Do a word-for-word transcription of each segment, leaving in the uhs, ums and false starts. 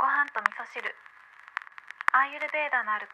ご飯と味噌汁、アーユルベーダのある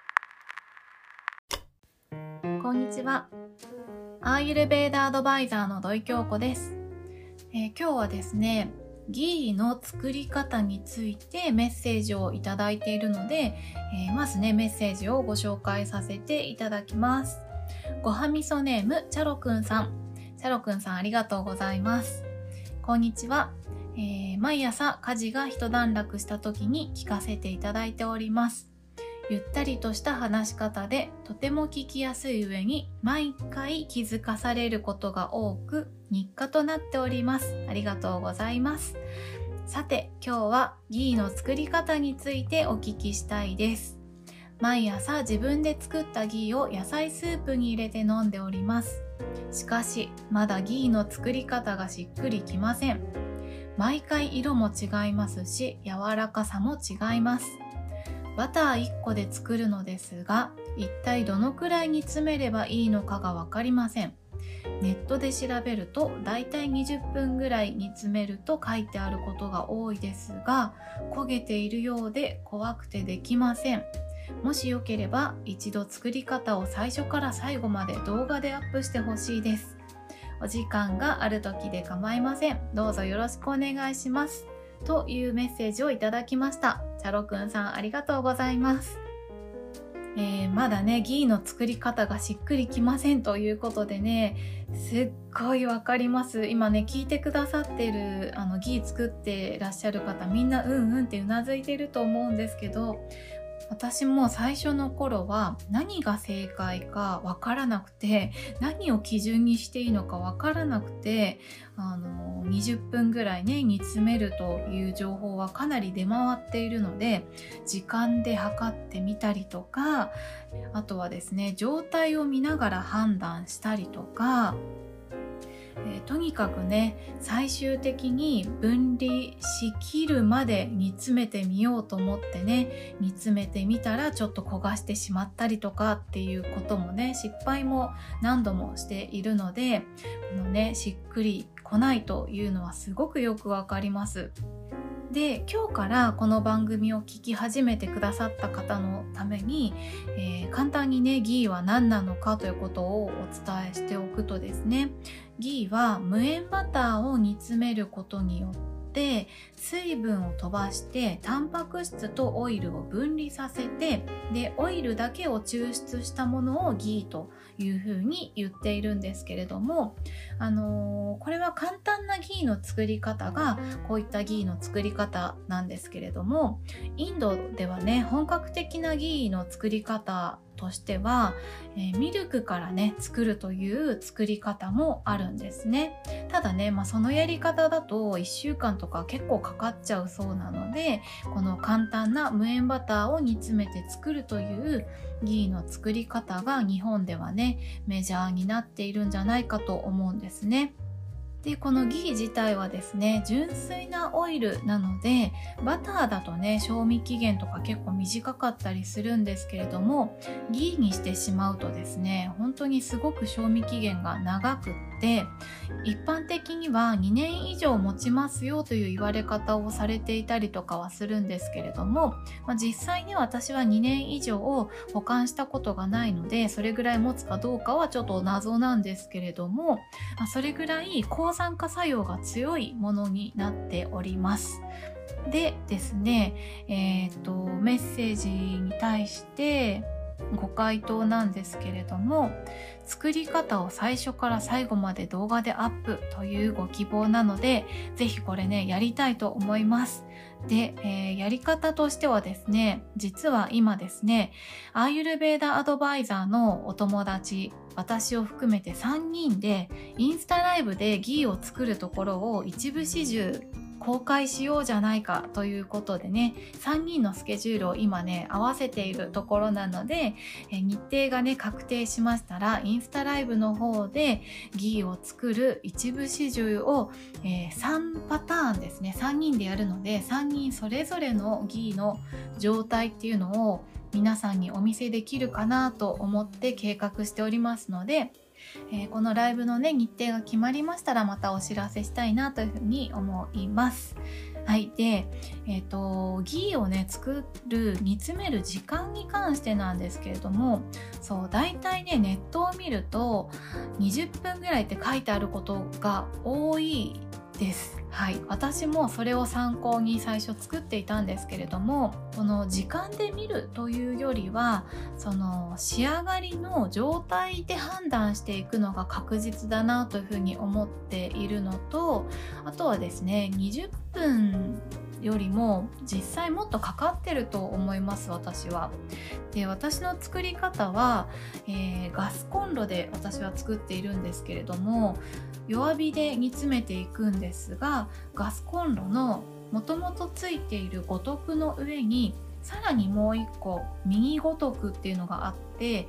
暮らし。こんにちは。アーユルベーダアドバイザーの土井京子です。えー、今日はですね、ギーの作り方についてメッセージをいただいているので、えー、まずねメッセージをご紹介させていただきます。ごはみそネームチャロくんさん、チャロくんさんありがとうございます。こんにちは。えー、毎朝家事が一段落した時に聞かせていただいております。ゆったりとした話し方でとても聞きやすい上に毎回気づかされることが多く日課となっております。ありがとうございます。さて今日はギーの作り方についてお聞きしたいです。毎朝自分で作ったギーを野菜スープに入れて飲んでおります。しかしまだギーの作り方がしっくりきません。毎回色も違いますし柔らかさも違います。バターいっこで作るのですが一体どのくらい煮詰めればいいのかが分かりません。ネットで調べるとだいたいにじゅっぷんぐらい煮詰めると書いてあることが多いですが焦げているようで怖くてできません。もしよければ一度作り方を最初から最後まで動画でアップしてほしいです。お時間がある時で構いません。どうぞよろしくお願いします。というメッセージをいただきました。チャロくんさんありがとうございます。えー、まだねギーの作り方がしっくりきませんということでね、すっごいわかります。今ね聞いてくださってるあのギー作ってらっしゃる方みんなうんうんってうなずいてると思うんですけど、私も最初の頃は何が正解かわからなくて何を基準にしていいのかわからなくてあのにじゅっぷんぐらいね煮詰めるという情報はかなり出回っているので時間で測ってみたりとか、あとはですね状態を見ながら判断したりとか、えー、とにかくね最終的に分離しきるまで煮詰めてみようと思ってね煮詰めてみたらちょっと焦がしてしまったりとかっていうこともね失敗も何度もしているので、このねしっくりこないというのはすごくよくわかります。で今日からこの番組を聞き始めてくださった方のために、えー、簡単にねギーは何なのかということをお伝えしておくとですね、ギーは無塩バターを煮詰めることによって水分を飛ばしてタンパク質とオイルを分離させて、でオイルだけを抽出したものをギーというふうに言っているんですけれども、あのー、これは簡単なギーの作り方がこういったギーの作り方なんですけれども、インドではね本格的なギーの作り方としては、えー、ミルクからね作るという作り方もあるんですね。ただね、まあ、そのやり方だといっしゅうかんとか結構かかっちゃうそうなので、この簡単な無塩バターを煮詰めて作るというギーの作り方が日本ではねメジャーになっているんじゃないかと思うんですね。でこのギー自体はですね純粋なオイルなのでバターだとね賞味期限とか結構短かったりするんですけれども、ギーにしてしまうとですね本当にすごく賞味期限が長くって一般的にはにねん以上持ちますよという言われ方をされていたりとかはするんですけれども、まあ、実際に私はにねん以上保管したことがないのでそれぐらい持つかどうかはちょっと謎なんですけれども、まあ、それぐらい抗酸化作用が強いものになっております。でですね、えーと、メッセージに対してご回答なんですけれども、作り方を最初から最後まで動画でアップというご希望なので、ぜひこれねやりたいと思います。で、えー、やり方としてはですね、実は今ですねアーユルベーダアドバイザーのお友達私を含めてさんにんでインスタライブでギーを作るところを一部始終公開しようじゃないかということでねさんにんのスケジュールを今ね合わせているところなので、え日程がね確定しましたらインスタライブの方でギーを作る一部始終を、えー、さんパターンですねさんにんでやるのでさんにんそれぞれのギーの状態っていうのを皆さんにお見せできるかなと思って計画しておりますので、えー、このライブのね日程が決まりましたらまたお知らせしたいなというふうに思います。はい。で、 えーと、ギーをね作る煮詰める時間に関してなんですけれども、そうだいたいねネットを見るとにじゅっぷんぐらいって書いてあることが多いです。はい、私もそれを参考に最初作っていたんですけれども、この時間で見るというよりはその仕上がりの状態で判断していくのが確実だなというふうに思っているのと、あとはですねにじゅっぷんよりも実際もっとかかってると思います、私は。で、私の作り方は、えー、ガスコンロで私は作っているんですけれども、弱火で煮詰めていくんですが、ガスコンロのもともとついている五徳の上にさらにもう一個ミニ五徳っていうのがあって、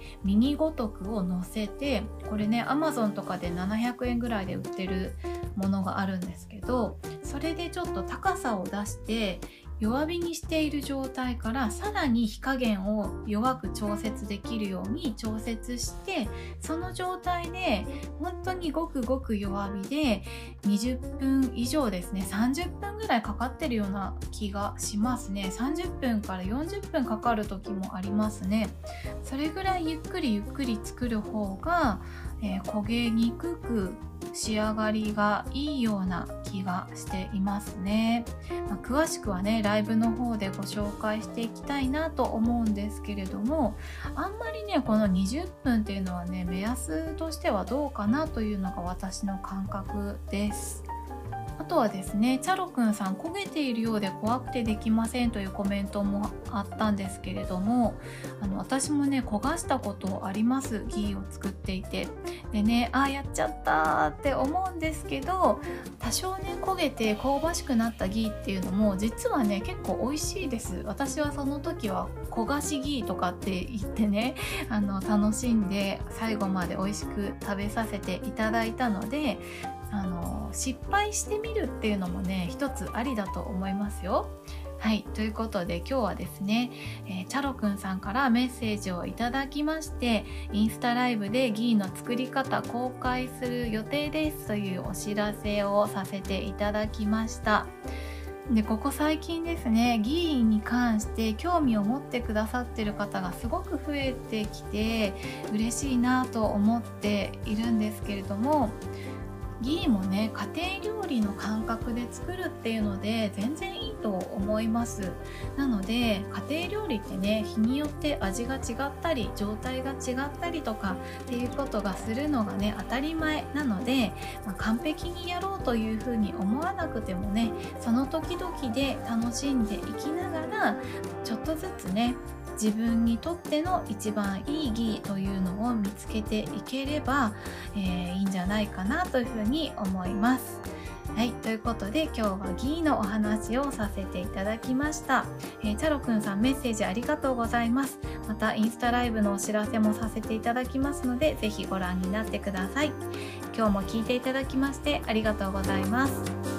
ミニ五徳を乗せて、これね アマゾン とかでななひゃくえんぐらいで売ってるものがあるんですけど、それでちょっと高さを出して弱火にしている状態からさらに火加減を弱く調節できるように調節して、その状態で本当にごくごく弱火でにじゅっぷん以上ですね、さんじゅっぷんぐらいかかってるような気がしますね。さんじゅっぷんからよんじゅっぷんかかる時もありますね。それぐらいゆっくりゆっくり作る方が、えー、焦げにくく仕上がりがいいような気がしていますね。まあ、詳しくはねライブの方でご紹介していきたいなと思うんですけれども、あんまりねこのにじゅっぷんっていうのはね目安としてはどうかなというのが私の感覚です。あとはですね、チャロくんさん、焦げているようで怖くてできませんというコメントもあったんですけれども、あの私もね焦がしたことあります、ギーを作っていて。でね、あーやっちゃったって思うんですけど、多少ね焦げて香ばしくなったギーっていうのも実はね結構美味しいです。私はその時は焦がしギーとかって言ってね、あの楽しんで最後まで美味しく食べさせていただいたので、あの失敗してみるっていうのもね一つありだと思いますよ。はい、ということで今日はですね、えー、チャロくんさんからメッセージをいただきまして、インスタライブでギーの作り方公開する予定ですというお知らせをさせていただきました。で、ここ最近ですね、ギーに関して興味を持ってくださってる方がすごく増えてきて嬉しいなと思っているんですけれども、ギーもね家庭料理の感覚で作るっていうので全然いいと思います。なので家庭料理ってね日によって味が違ったり状態が違ったりとかっていうことがするのがね当たり前なので、まあ、完璧にやろうというふうに思わなくてもね、その時々で楽しんでいきながらちょっとずつね自分にとっての一番いいギーというのを見つけていければ、えー、いいんじゃないかなというふうに思います。はい、ということで今日はギーのお話をさせていただきました。えー、チャロくんさんメッセージありがとうございます。またインスタライブのお知らせもさせていただきますので、ぜひご覧になってください。今日も聞いていただきましてありがとうございます。